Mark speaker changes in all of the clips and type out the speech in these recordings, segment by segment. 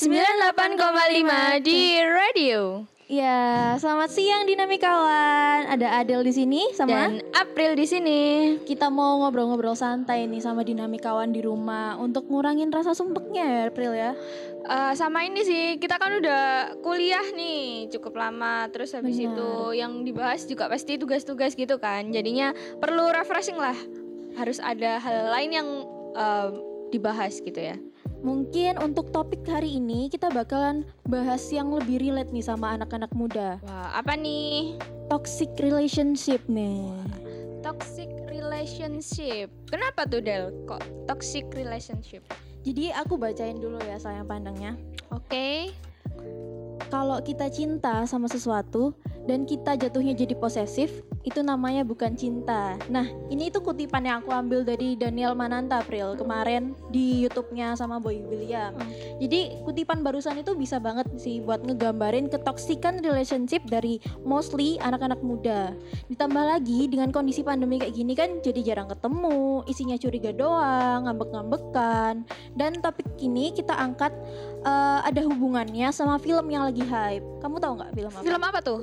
Speaker 1: 98,5 di radio.
Speaker 2: Ya, selamat siang Dinamikawan. Ada Adel di sini sama
Speaker 1: Dan April di sini.
Speaker 2: kita mau ngobrol-ngobrol santai nih sama Dinamikawan di rumah untuk ngurangin rasa sumpeknya ya, April ya.
Speaker 1: Sama ini sih, kita kan udah kuliah nih cukup lama. Terus habis
Speaker 2: Benar.
Speaker 1: itu yang dibahas juga pasti tugas-tugas gitu kan. Jadinya perlu refreshing lah. Harus ada hal lain yang dibahas gitu ya.
Speaker 2: Mungkin untuk topik hari ini kita bakalan bahas yang lebih relate nih sama anak-anak muda.
Speaker 1: Wah, apa nih?
Speaker 2: Toxic relationship nih.
Speaker 1: Toxic relationship. Kenapa tuh Del? Kok toxic relationship?
Speaker 2: Jadi aku bacain dulu ya sayang pandangnya.
Speaker 1: Oke.
Speaker 2: Kalau kita cinta sama sesuatu dan kita jatuhnya jadi posesif, itu namanya bukan cinta. Nah, ini itu kutipan yang aku ambil dari Daniel Mananta April kemarin di YouTube-nya sama Boy William. Jadi kutipan barusan itu bisa banget sih buat ngegambarin ketoksikan relationship dari mostly anak-anak muda. Ditambah lagi dengan kondisi pandemi kayak gini kan jadi jarang ketemu, isinya curiga doang, ngambek-ngambekan. Dan topik ini kita angkat ada hubungannya sama film yang lagi hype. Kamu tahu nggak film apa?
Speaker 1: Film apa tuh?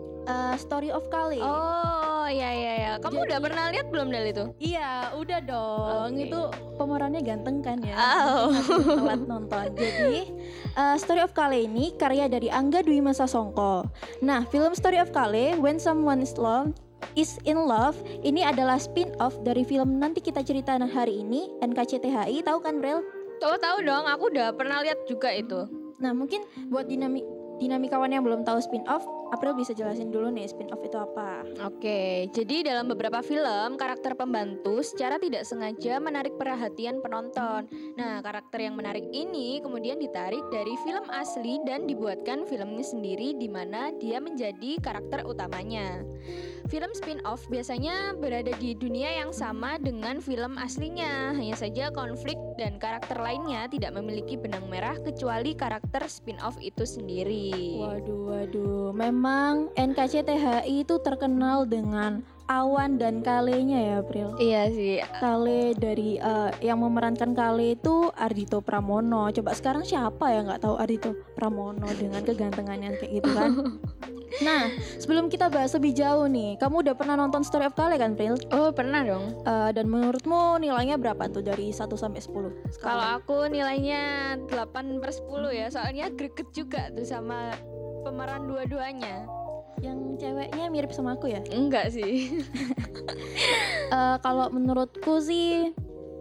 Speaker 2: Story of Kale.
Speaker 1: Oh, iya. Kamu udah pernah lihat belum Del itu?
Speaker 2: Iya, udah dong.
Speaker 1: Oke.
Speaker 2: Itu pemerannya ganteng kan ya.
Speaker 1: Oh.
Speaker 2: Mungkin aku telat nonton. Jadi, Story of Kale ini karya dari Angga Dwi Masa Songko. Nah, film Story of Kale, When Someone is in Love, ini adalah spin-off dari film Nanti Kita Cerita Hari Ini, NKCTHI. Tahu kan, Brel?
Speaker 1: Tahu dong, aku udah pernah lihat juga itu.
Speaker 2: Nah, mungkin buat dinamikawan yang belum tahu spin-off, April bisa jelasin dulu nih spin-off itu apa.
Speaker 1: Oke, jadi dalam beberapa film, karakter pembantu secara tidak sengaja menarik perhatian penonton. Nah, karakter yang menarik ini kemudian ditarik dari film asli dan dibuatkan filmnya sendiri di mana dia menjadi karakter utamanya. Film spin-off biasanya berada di dunia yang sama dengan film aslinya. Hanya saja konflik dan karakter lainnya tidak memiliki benang merah kecuali karakter spin-off itu sendiri.
Speaker 2: Waduh, memang NKCTHI itu terkenal dengan Awan dan Kalenya ya, April.
Speaker 1: Iya sih.
Speaker 2: Kale dari yang memerankan Kale itu Ardhito Pramono. Coba sekarang siapa ya nggak tahu Ardhito Pramono dengan kegantengannya kayak gitu kan? Nah, sebelum kita bahas lebih jauh nih, kamu udah pernah nonton Story of Kale kan, April?
Speaker 1: Oh, pernah dong.
Speaker 2: Dan menurutmu nilainya berapa tuh dari 1 sampai 10?
Speaker 1: Kalau aku nilainya 8/10 ya, soalnya greget juga tuh sama pemeran dua-duanya.
Speaker 2: Yang ceweknya mirip sama aku ya?
Speaker 1: Enggak sih.
Speaker 2: Kalau menurutku sih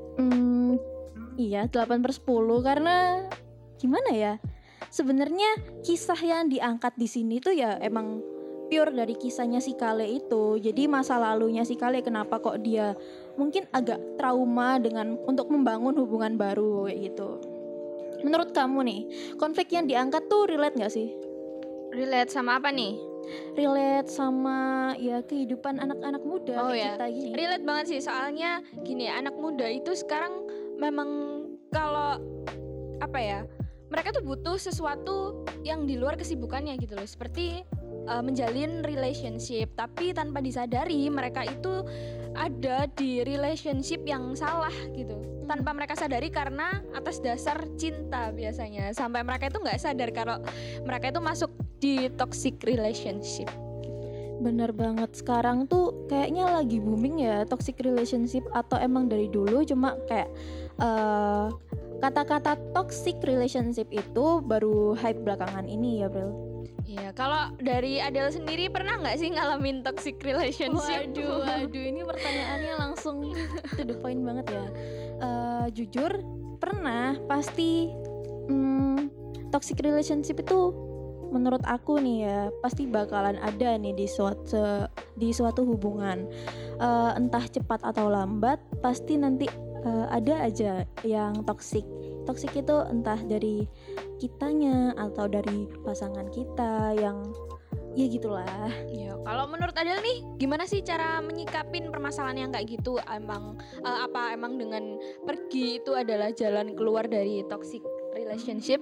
Speaker 2: iya 8/10 karena gimana ya? Sebenarnya kisah yang diangkat di sini tuh ya emang pure dari kisahnya si Kale itu. Jadi masa lalunya si Kale kenapa kok dia mungkin agak trauma dengan untuk membangun hubungan baru kayak gitu. Menurut kamu nih, konflik yang diangkat tuh relate gak sih?
Speaker 1: Relate sama apa nih?
Speaker 2: Relate sama ya kehidupan anak-anak muda
Speaker 1: Oh
Speaker 2: kayak
Speaker 1: ya,
Speaker 2: kita gini.
Speaker 1: relate banget sih. Soalnya gini, anak muda itu sekarang memang kalau apa ya, mereka tuh butuh sesuatu yang di luar kesibukannya gitu loh. Seperti menjalin relationship, tapi tanpa disadari mereka itu ada di relationship yang salah gitu. Tanpa mereka sadari karena atas dasar cinta biasanya. Sampai mereka itu nggak sadar kalau mereka itu masuk di toxic relationship.
Speaker 2: Bener banget, sekarang tuh kayaknya lagi booming ya toxic relationship, atau emang dari dulu cuma kayak kata-kata toxic relationship itu baru hype belakangan ini ya, Bril.
Speaker 1: Iya, kalau dari Adele sendiri pernah nggak sih ngalamin toxic relationship?
Speaker 2: Waduh, ini pertanyaannya langsung to the point banget ya. Jujur pernah, pasti toxic relationship itu menurut aku nih ya pasti bakalan ada nih di suatu hubungan, entah cepat atau lambat pasti nanti ada aja yang toxic itu entah dari kitanya atau dari pasangan kita yang ya gitulah.
Speaker 1: Ya, kalau menurut Adele nih, gimana sih cara menyikapin permasalahan yang kayak gitu? Emang dengan pergi itu adalah jalan keluar dari toxic relationship?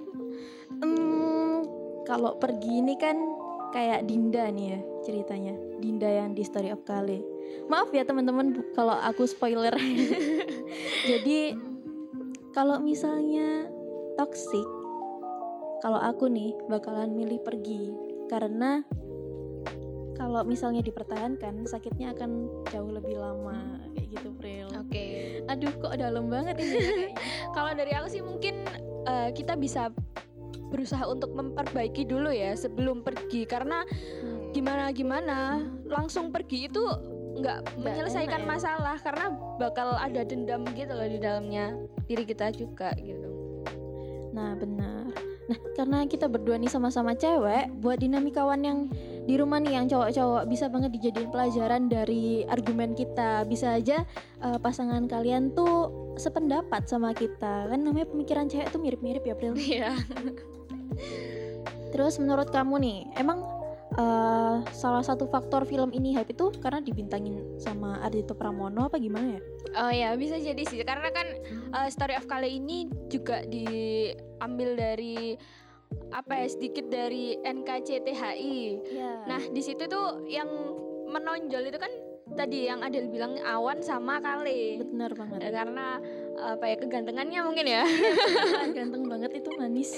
Speaker 2: Kalau pergi ini kan kayak Dinda nih ya ceritanya, Dinda yang di Story of Kale. Maaf ya teman-teman kalau aku spoiler. Jadi kalau misalnya toxic kalau aku nih bakalan milih pergi, karena kalau misalnya dipertahankan sakitnya akan jauh lebih lama kayak gitu, Pril.
Speaker 1: Oke.
Speaker 2: Aduh, kok dalam banget ini ya kayaknya.
Speaker 1: Kalau dari aku sih mungkin kita bisa berusaha untuk memperbaiki dulu ya sebelum pergi, karena gimana langsung pergi itu nggak menyelesaikan
Speaker 2: enak ya.
Speaker 1: masalah, karena bakal ada dendam gitu loh di dalamnya diri kita juga gitu.
Speaker 2: Nah, benar. Nah, karena kita berdua nih sama-sama cewek, buat dinamikawan yang di rumah nih yang cowok-cowok bisa banget dijadiin pelajaran dari argumen kita. Bisa aja pasangan kalian tuh sependapat sama kita. Kan namanya pemikiran cewek tuh mirip-mirip ya, Pril.
Speaker 1: Iya.
Speaker 2: Terus menurut kamu nih, emang salah satu faktor film ini hype itu karena dibintangin sama Ardhito Pramono apa gimana ya?
Speaker 1: Oh ya, bisa jadi sih, karena kan Story of kali ini juga diambil dari sedikit dari NKCTHI.
Speaker 2: Yeah.
Speaker 1: Nah, di situ tuh yang menonjol itu kan tadi yang Adel bilang Awan sama Kale.
Speaker 2: Bener banget.
Speaker 1: Karena kegantengannya mungkin ya.
Speaker 2: Ganteng banget itu, manis.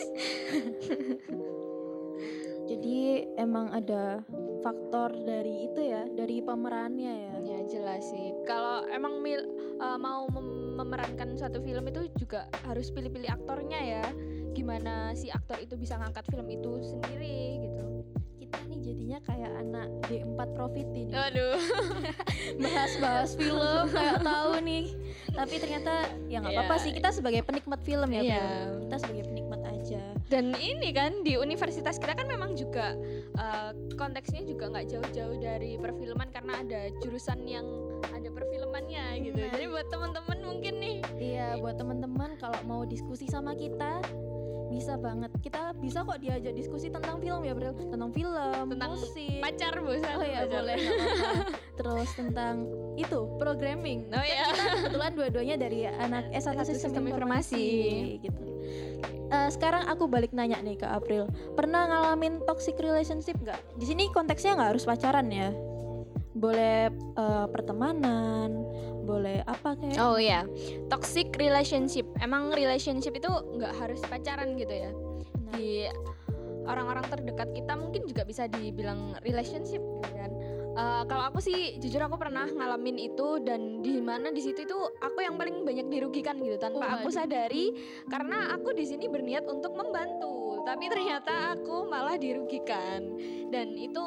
Speaker 2: Jadi emang ada faktor dari itu ya, dari pemerannya ya.
Speaker 1: Ya jelas sih. Kalau emang mau memerankan suatu film itu juga harus pilih-pilih aktornya ya. Gimana si aktor itu bisa ngangkat film itu sendiri gitu.
Speaker 2: Kita nih jadinya kayak anak D4 Profiti nih.
Speaker 1: Aduh.
Speaker 2: Bahas-bahas film kayak tahu nih. Tapi ternyata ya nggak apa-apa sih, kita sebagai penikmat film ya,
Speaker 1: Iya.
Speaker 2: Kita sebagai penikmat aja.
Speaker 1: Dan ini kan di universitas kita kan memang juga konteksnya juga nggak jauh-jauh dari perfilman, karena ada jurusan yang ada perfilmannya gitu.
Speaker 2: Nah.
Speaker 1: Jadi buat teman-teman mungkin nih.
Speaker 2: Iya, buat teman-teman kalau mau diskusi sama kita bisa banget. Kita bisa kok diajak diskusi tentang film ya, Bro. Tentang film,
Speaker 1: Tentang
Speaker 2: musik.
Speaker 1: pacar bosan.
Speaker 2: Oh ya, boleh, nggak apa-apa. Terus tentang itu programming.
Speaker 1: Oh ya.
Speaker 2: Kita kebetulan dua-duanya dari anak S1 Sistem Informasi gitu. Sekarang aku balik nanya nih ke April. Pernah ngalamin toxic relationship nggak? Di sini konteksnya nggak harus pacaran ya. Boleh pertemanan, boleh apa kayak.
Speaker 1: Oh ya, toxic relationship. Emang relationship itu nggak harus pacaran gitu ya.
Speaker 2: Nah,
Speaker 1: Di orang-orang terdekat kita mungkin juga bisa dibilang relationship gitu kan. Kalau aku sih jujur aku pernah ngalamin itu, dan di mana di situ itu aku yang paling banyak dirugikan gitu tanpa aku sadari, karena aku di sini berniat untuk membantu, tapi ternyata aku malah dirugikan. Dan itu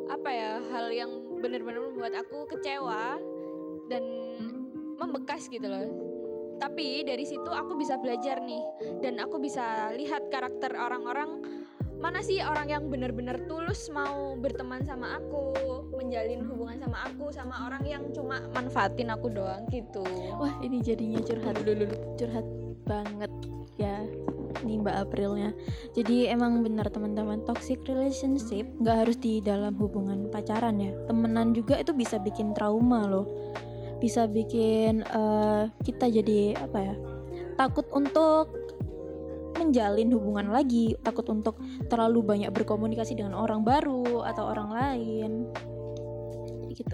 Speaker 1: hal yang benar-benar membuat aku kecewa dan membekas gitu loh. Tapi dari situ aku bisa belajar nih, dan aku bisa lihat karakter orang-orang, mana sih orang yang benar-benar tulus mau berteman sama aku, menjalin hubungan sama aku, sama orang yang cuma manfaatin aku doang gitu.
Speaker 2: wah, ini jadinya curhat banget ya nih Mbak Aprilnya. Jadi emang benar teman-teman, toxic relationship nggak harus di dalam hubungan pacaran ya. Temenan juga itu bisa bikin trauma loh. Bisa bikin kita jadi takut untuk menjalin hubungan lagi, takut untuk terlalu banyak berkomunikasi dengan orang baru atau orang lain gitu.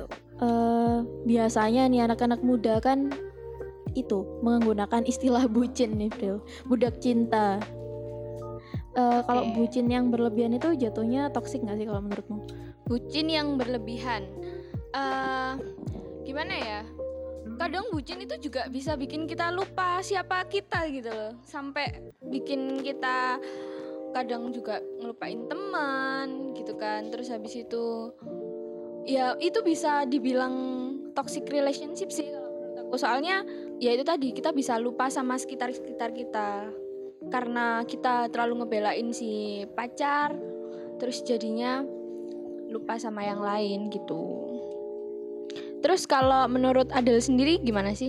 Speaker 2: Biasanya nih anak-anak muda kan itu menggunakan istilah bucin nih, Bro. Budak cinta. Kalau bucin yang berlebihan itu jatuhnya toksik nggak sih kalau menurutmu?
Speaker 1: Bucin yang berlebihan, gimana ya? Kadang bucin itu juga bisa bikin kita lupa siapa kita gitu loh, sampai bikin kita kadang juga ngelupain teman gitu kan. Terus habis itu ya itu bisa dibilang toxic relationship sih kalau menurut aku. Soalnya ya itu tadi, kita bisa lupa sama sekitar kita karena kita terlalu ngebelain si pacar, terus jadinya lupa sama yang lain gitu. Terus kalau menurut Adel sendiri gimana sih?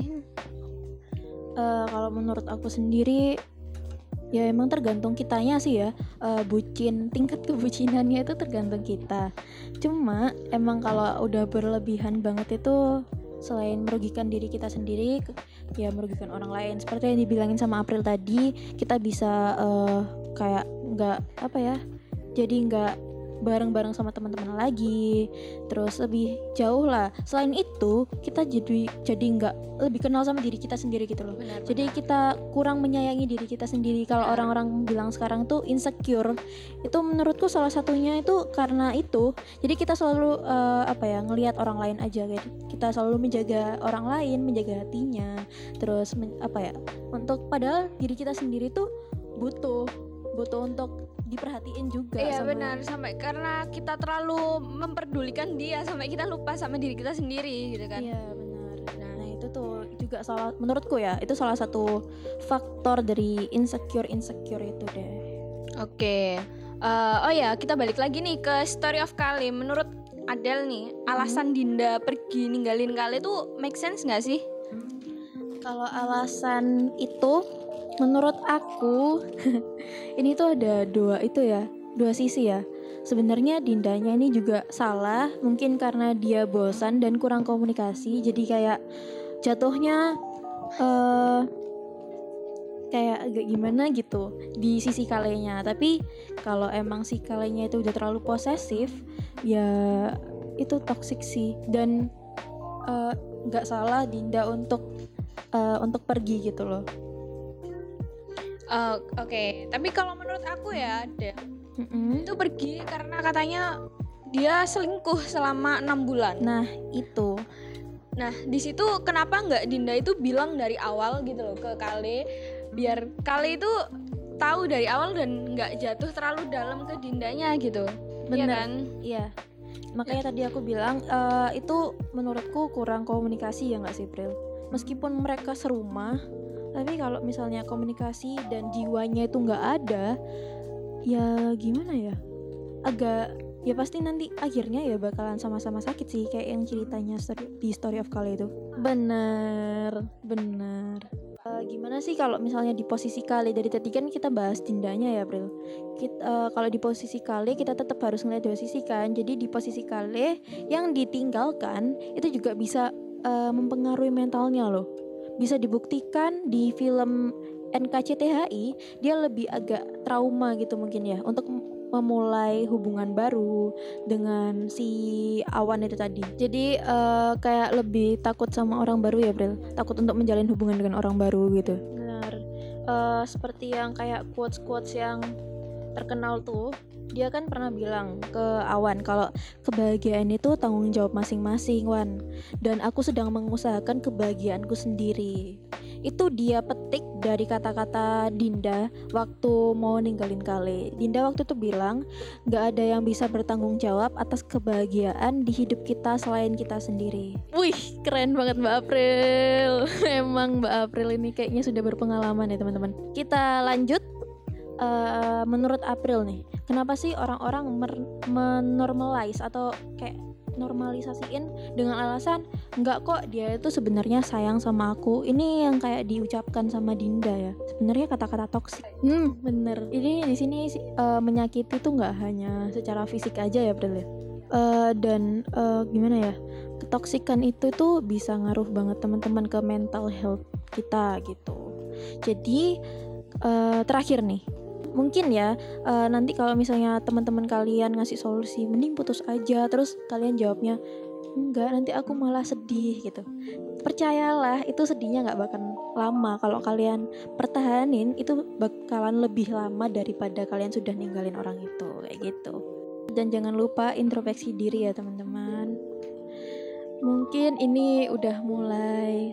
Speaker 2: Kalau menurut aku sendiri ya emang tergantung kitanya sih ya. Bucin, tingkat kebucinannya itu tergantung kita. Cuma emang kalau udah berlebihan banget itu selain merugikan diri kita sendiri, ya merugikan orang lain. Seperti yang dibilangin sama April tadi, kita bisa kayak nggak jadi nggak bareng-bareng sama teman-teman lagi, terus lebih jauh lah. Selain itu kita jadi nggak lebih kenal sama diri kita sendiri gitu loh.
Speaker 1: Benar,
Speaker 2: Jadi kita kurang menyayangi diri kita sendiri. Kalau orang-orang bilang sekarang tuh insecure, itu menurutku salah satunya itu karena itu. Jadi kita selalu ngelihat orang lain aja, kayak kita selalu menjaga orang lain, menjaga hatinya, terus untuk padahal diri kita sendiri tuh butuh untuk diperhatiin juga.
Speaker 1: Iya benar, sampai karena kita terlalu memperdulikan dia sampai kita lupa sama diri kita sendiri gitu kan.
Speaker 2: Iya benar. Nah itu tuh juga menurutku ya, itu salah satu faktor dari insecure itu deh.
Speaker 1: Oke. Kita balik lagi nih ke Story of Kale. Menurut Adele nih, alasan Dinda pergi ninggalin Kale tuh make sense nggak sih?
Speaker 2: Kalau alasan itu menurut aku ini tuh ada dua sisi ya. Sebenarnya Dindanya ini juga salah, mungkin karena dia bosan dan kurang komunikasi, jadi kayak jatuhnya kayak agak gimana gitu di sisi Kalenya. Tapi kalau emang si Kalenya itu udah terlalu posesif, ya itu toxic sih. Dan nggak salah Dinda untuk pergi gitu loh.
Speaker 1: Oke. Tapi kalau menurut aku ya, itu pergi karena katanya dia selingkuh selama 6 bulan.
Speaker 2: Nah itu.
Speaker 1: Nah di situ kenapa nggak Dinda itu bilang dari awal gitu loh ke Kale, biar Kale itu tahu dari awal dan nggak jatuh terlalu dalam ke Dindanya gitu.
Speaker 2: Bener.
Speaker 1: Iya kan?
Speaker 2: Iya. Makanya tadi aku bilang itu menurutku kurang komunikasi ya nggak sih Pril? Meskipun mereka serumah, tapi kalau misalnya komunikasi dan jiwanya itu nggak ada, ya gimana ya? Ya pasti nanti akhirnya ya bakalan sama-sama sakit sih, kayak yang ceritanya di Story of Kale itu. Bener. Gimana sih kalau misalnya di posisi Kale, dari tadi kan kita bahas Dindanya ya Pril. Kalau di posisi Kale kita tetap harus ngeliat dua sisi kan. Jadi di posisi Kale yang ditinggalkan itu juga bisa mempengaruhi mentalnya loh. Bisa dibuktikan di film NKCTHI, dia lebih agak trauma gitu mungkin ya untuk memulai hubungan baru dengan si Awan itu tadi. Jadi kayak lebih takut sama orang baru ya Bril, takut untuk menjalin hubungan dengan orang baru gitu. Benar. Seperti yang kayak quotes yang terkenal tuh, dia kan pernah bilang ke Awan kalau kebahagiaan itu tanggung jawab masing-masing Wan, dan aku sedang mengusahakan kebahagiaanku sendiri. Itu dia petik dari kata-kata Dinda waktu mau ninggalin Kale. Dinda waktu itu bilang gak ada yang bisa bertanggung jawab atas kebahagiaan di hidup kita selain kita sendiri. Wih, keren banget Mbak April. Emang Mbak April ini kayaknya sudah berpengalaman ya teman-teman. Kita lanjut. Menurut April nih, kenapa sih orang-orang menormalize atau kayak normalisasiin dengan alasan enggak kok, dia itu sebenarnya sayang sama aku. Ini yang kayak diucapkan sama Dinda ya, sebenarnya kata-kata toksik. Bener. Ini di sini menyakiti tuh nggak hanya secara fisik aja ya April ya. Dan gimana ya, ketoksikan itu tuh bisa ngaruh banget teman-teman ke mental health kita gitu. Jadi terakhir nih, mungkin ya nanti kalau misalnya teman-teman kalian ngasih solusi mending putus aja, terus kalian jawabnya enggak, nanti aku malah sedih gitu. Percayalah, itu sedihnya nggak bakalan lama. Kalau kalian pertahanin, itu bakalan lebih lama daripada kalian sudah ninggalin orang itu, kayak gitu. Dan jangan lupa introspeksi diri ya teman-teman. Mungkin ini udah mulai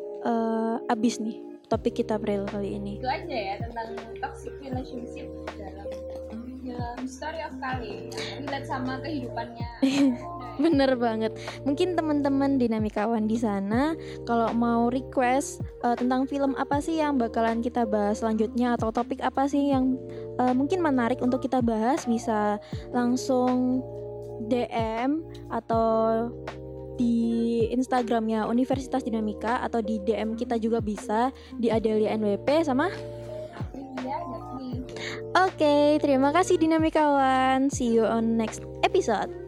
Speaker 2: abis nih topik kita April kali ini.
Speaker 1: Itu aja ya tentang toxic relationship dalam Story of Kale yang relate sama kehidupannya.
Speaker 2: Bener banget. Mungkin teman-teman dinamikawan di sana kalau mau request tentang film apa sih yang bakalan kita bahas selanjutnya, atau topik apa sih yang mungkin menarik untuk kita bahas, bisa langsung DM atau di Instagramnya Universitas Dinamika, atau di DM kita juga bisa di Adelia NWP sama
Speaker 1: Aprilia Jasmine.
Speaker 2: Oke, terima kasih Dinamikawan. See you on next episode.